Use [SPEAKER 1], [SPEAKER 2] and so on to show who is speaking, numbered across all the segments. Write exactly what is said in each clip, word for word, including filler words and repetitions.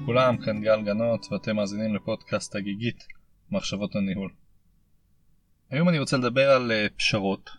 [SPEAKER 1] לכולם, כאן גל גנות ואתם מאזינים לפודקאסט הגיגית מחשבות הניהול. היום אני רוצה לדבר על פשרות.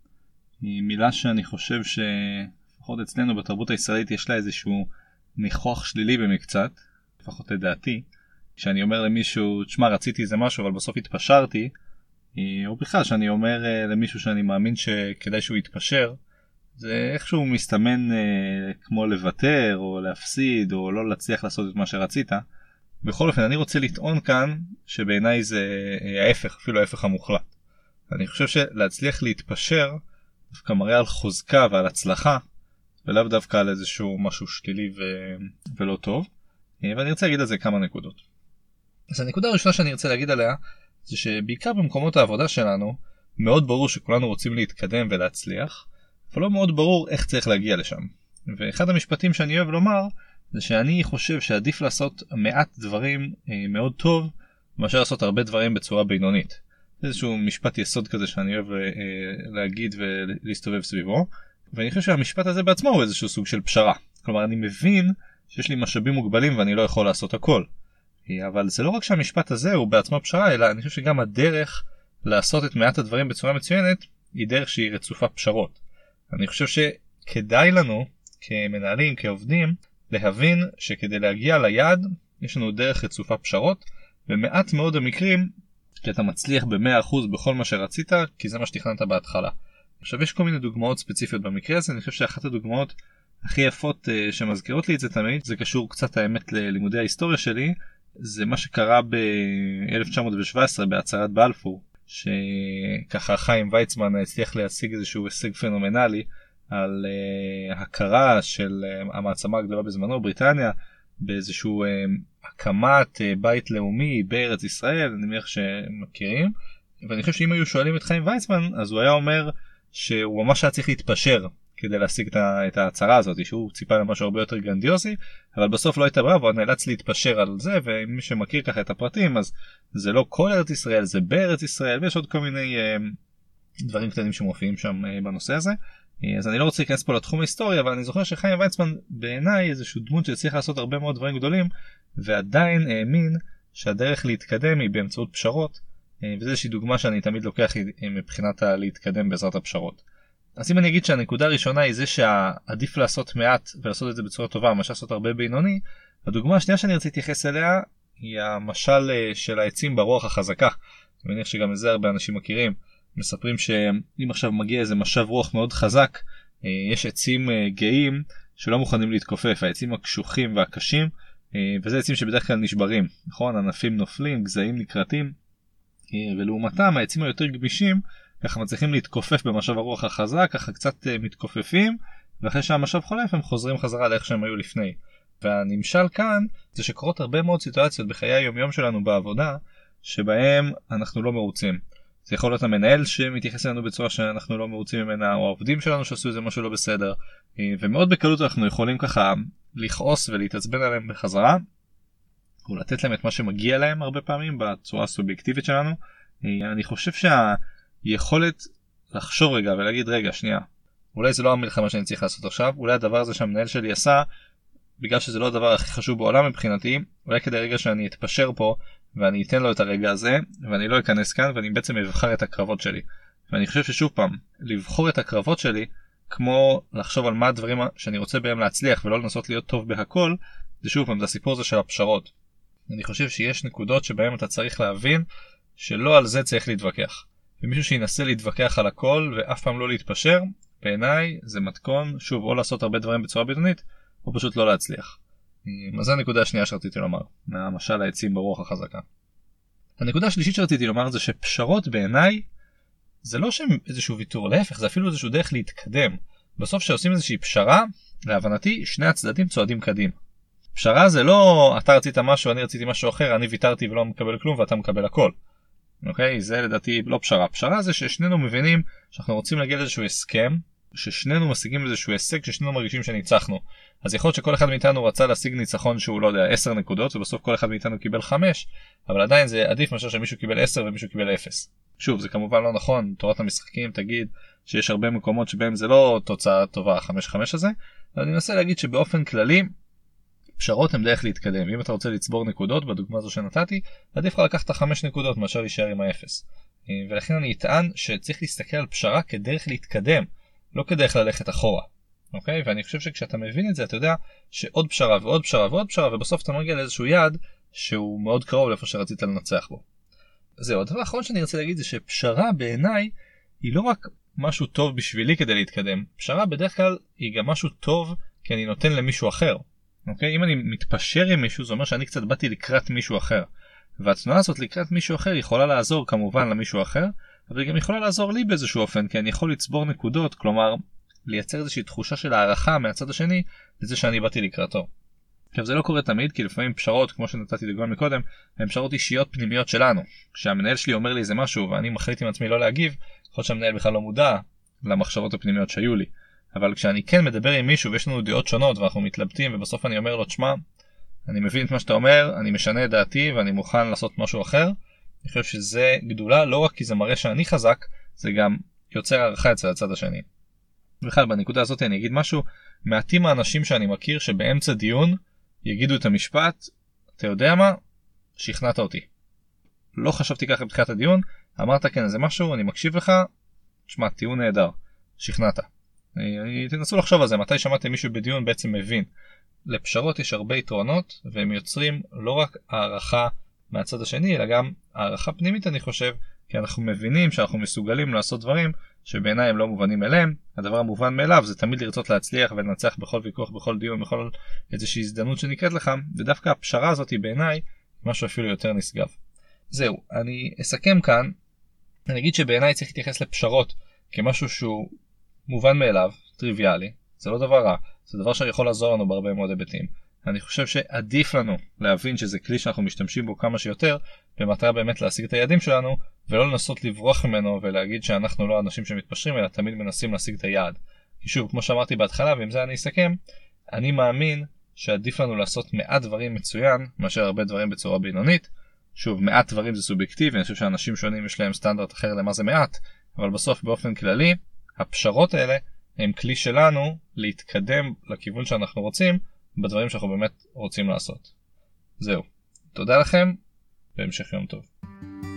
[SPEAKER 1] היא מילה שאני חושב שלפחות אצלנו בתרבות הישראלית יש לה איזשהו ניחוח שלילי במקצת, לפחות לדעתי. כשאני אומר למישהו, תשמע רציתי איזה משהו אבל בסוף התפשרתי, או בכלל שאני אומר למישהו שאני מאמין שכדאי שהוא יתפשר, זה איכשהו מסתמן אה, כמו לוותר או להפסיד או לא להצליח לעשות את מה שרצית. בכל אופן אני רוצה לטעון כאן שבעיניי זה אה, ההפך, אפילו ההפך המוחלט. אני חושב שלהצליח להתפשר דווקא מראה על חוזקה ועל הצלחה ולאו דווקא על איזשהו משהו שלילי ו... ולא טוב. אה, ואני רוצה להגיד על זה כמה נקודות. אז הנקודה הראשונה שאני רוצה להגיד עליה זה שבעיקר במקומות העבודה שלנו מאוד ברור שכולנו רוצים להתקדם ולהצליח, אבל לא מאוד ברור איך צריך להגיע לשם. ואחד המשפטים שאני אוהב לומר זה שאני חושב שעדיף לעשות מעט דברים אה, מאוד טוב מאשר לעשות הרבה דברים בצורה בינונית. זה איזשהו משפט יסוד כזה שאני אוהב אה, להגיד ולהסתובב סביבו, ואני חושב שהמשפט הזה בעצמו הוא איזשהו סוג של פשרה. כלומר אני מבין שיש לי משאבים מוגבלים ואני לא יכול לעשות הכל. אה, אבל זה לא רק שהמשפט הזה הוא בעצמו פשרה, אלא אני חושב שגם הדרך לעשות את מעט הדברים בצורה מצוינת היא דרך שהיא רצופה פשרות. אני חושב שכדאי לנו כמנהלים, כעובדים, להבין שכדי להגיע ליעד יש לנו דרך רצופה פשרות, ומעט מאוד המקרים שאתה מצליח ב-מאה אחוז בכל מה שרצית, כי זה מה שתכננת בהתחלה. עכשיו יש כל מיני דוגמאות ספציפיות במקרה הזה, אני חושב שאחת הדוגמאות הכי יפות uh, שמזכירות לי את זה תמיד, זה קשור קצת האמת ללימודי ההיסטוריה שלי, זה מה שקרה ב-אלף תשע מאות שבע עשרה בהצהרת בלפור. שככה חיים ויצמן הצליח להשיג איזשהו הישג פנומנלי על uh, הכרה של uh, המעצמה הגדולה בזמנו, בריטניה, באיזשהו uh, הקמת uh, בית לאומי בארץ ישראל, אני מניח שמכירים. ואני חושב שאם היו שואלים את חיים ויצמן, אז הוא היה אומר שהוא ממש היה צריך להתפשר כדי להשיג את ההצהרה הזאת, שהוא ציפה למשהו הרבה יותר גרנדיוזי, אבל בסוף לא הייתה ברירה, והוא נאלץ להתפשר על זה, ומי שמכיר ככה את הפרטים, אז זה לא כל ארץ ישראל, זה בארץ ישראל, ויש עוד כל מיני uh, דברים קטנים שמופיעים שם uh, בנושא הזה. Uh, אז אני לא רוצה להיכנס פה לתחום ההיסטוריה, אבל אני זוכר שחיים ויצמן בעיניי איזשהו דמות שצריך לעשות הרבה מאוד דברים גדולים, ועדיין האמין שהדרך להתקדם היא באמצעות פשרות, uh, וזו איזושהי דוגמה שאני תמיד לוקח מבחינת להתקדם בעזרת הפשרות. אז אם אני אגיד שהנקודה הראשונה היא זה שעדיף לעשות מעט ולעשות את זה בצורה טובה, מאשר לעשות הרבה בינוני, הדוגמה השנייה שאני רציתי להתייחס אליה היא המשל של העצים ברוח החזקה. אני מניח שגם את זה הרבה אנשים מכירים. מספרים שאם עכשיו מגיע איזה משב רוח מאוד חזק, יש עצים גאים שלא מוכנים להתכופף, העצים הקשוחים והקשים, וזה עצים שבדרך כלל נשברים, נכון? ענפים נופלים, גזעים נקרטים, ולעומתם העצים היותר גמישים ככה מצליחים להתכופף במשב הרוח החזק, ככה קצת מתכופפים, ואחרי שהמשב חולף הם חוזרים חזרה לאיך שהם היו לפני. והנמשל כאן זה שקורות הרבה מאוד סיטואציות בחיי היומיום שלנו בעבודה, שבהם אנחנו לא מרוצים. זה יכול להיות המנהל שמתייחס אלינו בצורה שאנחנו לא מרוצים ממנה, או העובדים שלנו שעשו איזה משהו לא בסדר, ומאוד בקלות אנחנו יכולים ככה לכעוס ולהתעצבן עליהם בחזרה, או לתת להם את מה שמגיע להם הרבה פעמים בצורה הסובייקטיבית שלנו. אני חושב שה... יכולת לחשוב רגע ולהגיד רגע שנייה, אולי זה לא המלחמה שאני צריך לעשות עכשיו, אולי הדבר הזה שהמנהל שלי עשה בגלל שזה לא הדבר הכי חשוב בעולם מבחינתי, אולי כדי רגע שאני אתפשר פה ואני אתן לו את הרגע הזה ואני לא אכנס כאן ואני בעצם אבחר את הקרבות שלי. ואני חושב ששוב פעם, לבחור את הקרבות שלי כמו לחשוב על מה הדברים שאני רוצה בהם להצליח ולא לנסות להיות טוב בהכל, זה שוב פעם, זה הסיפור הזה של הפשרות. אני חושב שיש נקודות שבהם אתה צריך להבין שלא על זה צריך להתווכח. ומישהו שינסה להתווכח על הכל ואף פעם לא להתפשר, בעיניי זה מתכון, שוב, או לעשות הרבה דברים בצורה בינונית, או פשוט לא להצליח. אז זו הנקודה השנייה שרציתי לומר, מהמשל העצים ברוח החזקה. הנקודה השלישית שרציתי לומר זה שפשרות בעיניי, זה לא שהם איזשהו ויתור, להפך, זה אפילו איזשהו דרך להתקדם. בסוף שעושים איזושהי פשרה, להבנתי, שני הצדדים צועדים קדימה. פשרה זה לא, אתה רצית משהו, אני רציתי משהו אחר, אני ויתרתי ולא מקבל כלום ואתה מקבל הכל. אוקיי, זה לדעתי לא פשרה. פשרה זה ששנינו מבינים שאנחנו רוצים להגיע לאיזשהו הסכם, ששנינו משיגים איזשהו הישג, ששנינו מרגישים שניצחנו. אז יכול להיות שכל אחד מאיתנו רצה להשיג ניצחון שהוא לא יודע, עשר נקודות, ובסוף כל אחד מאיתנו קיבל חמש, אבל עדיין זה עדיף מאשר שמישהו קיבל עשר ומישהו קיבל אפס. שוב, זה כמובן לא נכון, תורת המשחקים תגיד שיש הרבה מקומות שבהם זה לא תוצאה טובה, חמש חמש הזה, אבל אני מנסה להגיד שבאופן כללי, פשרות הן דרך להתקדם. אם אתה רוצה לצבור נקודות, בדוגמה הזו שנתתי, עדיף לך לקחת חמש נקודות מאשר להישאר עם האפס. ולכן אני אטען שצריך להסתכל על פשרה כדרך להתקדם, לא כדרך ללכת אחורה. אוקיי? ואני חושב שכשאתה מבין את זה, אתה יודע שעוד פשרה ועוד פשרה ועוד פשרה, ובסוף אתה מגיע לאיזשהו יעד שהוא מאוד קרוב לאיפה שרצית לנצח בו. זהו, הדבר האחרון שאני רוצה להגיד זה שפשרה בעיניי היא לא רק משהו טוב בשבילי כדי להתקדם. פשרה בדרך כלל היא גם משהו טוב כי אני נותן למישהו אחר. אוקיי? אם אני מתפשר עם מישהו, זה אומר שאני קצת באתי לקראת מישהו אחר. והתנועה הזאת לקראת מישהו אחר יכולה לעזור כמובן למישהו אחר, אבל היא גם יכולה לעזור לי באיזשהו אופן, כי אני יכול לצבור נקודות, כלומר לייצר איזושהי תחושה של הערכה מהצד השני לזה שאני באתי לקראתו. עכשיו זה לא קורה תמיד, כי לפעמים פשרות, כמו שנתתי דוגמה מקודם, הן פשרות אישיות פנימיות שלנו. כשהמנהל שלי אומר לי איזה משהו ואני מחליט עם עצמי לא להגיב, יכול שהמנהל בכלל לא מודע למחשבות הפנימיות שהיו לי. אבל כשאני כן מדבר עם מישהו ויש לנו דעות שונות ואנחנו מתלבטים ובסוף אני אומר לו, תשמע, אני מבין את מה שאתה אומר, אני משנה את דעתי ואני מוכן לעשות משהו אחר. אני חושב שזה גדולה, לא רק כי זה מראה שאני חזק, זה גם יוצר הערכה אצל הצד השני. בכלל, בנקודה הזאת אני אגיד משהו, מעטים האנשים שאני מכיר שבאמצע דיון יגידו את המשפט, אתה יודע מה? שכנעת אותי. לא חשבתי ככה בתחילת הדיון, אמרת כן איזה משהו, אני מקשיב לך, תשמע, טיעון נהדר, שכנעת. אני, אני, תנסו לחשוב על זה, מתי שמעתם מישהו בדיון בעצם מבין. לפשרות יש הרבה יתרונות, והם יוצרים לא רק הערכה מהצד השני, אלא גם הערכה פנימית אני חושב, כי אנחנו מבינים שאנחנו מסוגלים לעשות דברים שבעיניי הם לא מובנים אליהם. הדבר המובן מאליו זה תמיד לרצות להצליח ולנצח בכל ויכוח, בכל דיון, בכל איזושהי הזדמנות שנקראת לך, ודווקא הפשרה הזאת היא בעיניי משהו אפילו יותר נשגב. זהו, אני אסכם כאן, אני אגיד שבעיניי צריך להתייחס לפשרות כמשהו שהוא מובן מאליו, טריוויאלי, זה לא דבר רע, זה דבר שיכול לעזור לנו בהרבה מאוד היבטים. אני חושב שעדיף לנו להבין שזה כלי שאנחנו משתמשים בו כמה שיותר, במטרה באמת להשיג את היעדים שלנו, ולא לנסות לברוח ממנו ולהגיד שאנחנו לא אנשים שמתפשרים, אלא תמיד מנסים להשיג את היעד. כי שוב, כמו שאמרתי בהתחלה, ועם זה אני אסכם, אני מאמין שעדיף לנו לעשות מעט דברים מצוין, מאשר הרבה דברים בצורה בינונית. שוב, מעט דברים זה סובייקטיבי, אני חושב שאנשים שונים יש להם סטנדרט אחר למה זה מעט, אבל בסוף באופן כללי, הפשרות האלה הם כלי שלנו להתקדם לכיוון שאנחנו רוצים, בדברים שאנחנו באמת רוצים לעשות. זהו. תודה לכם, והמשך יום טוב.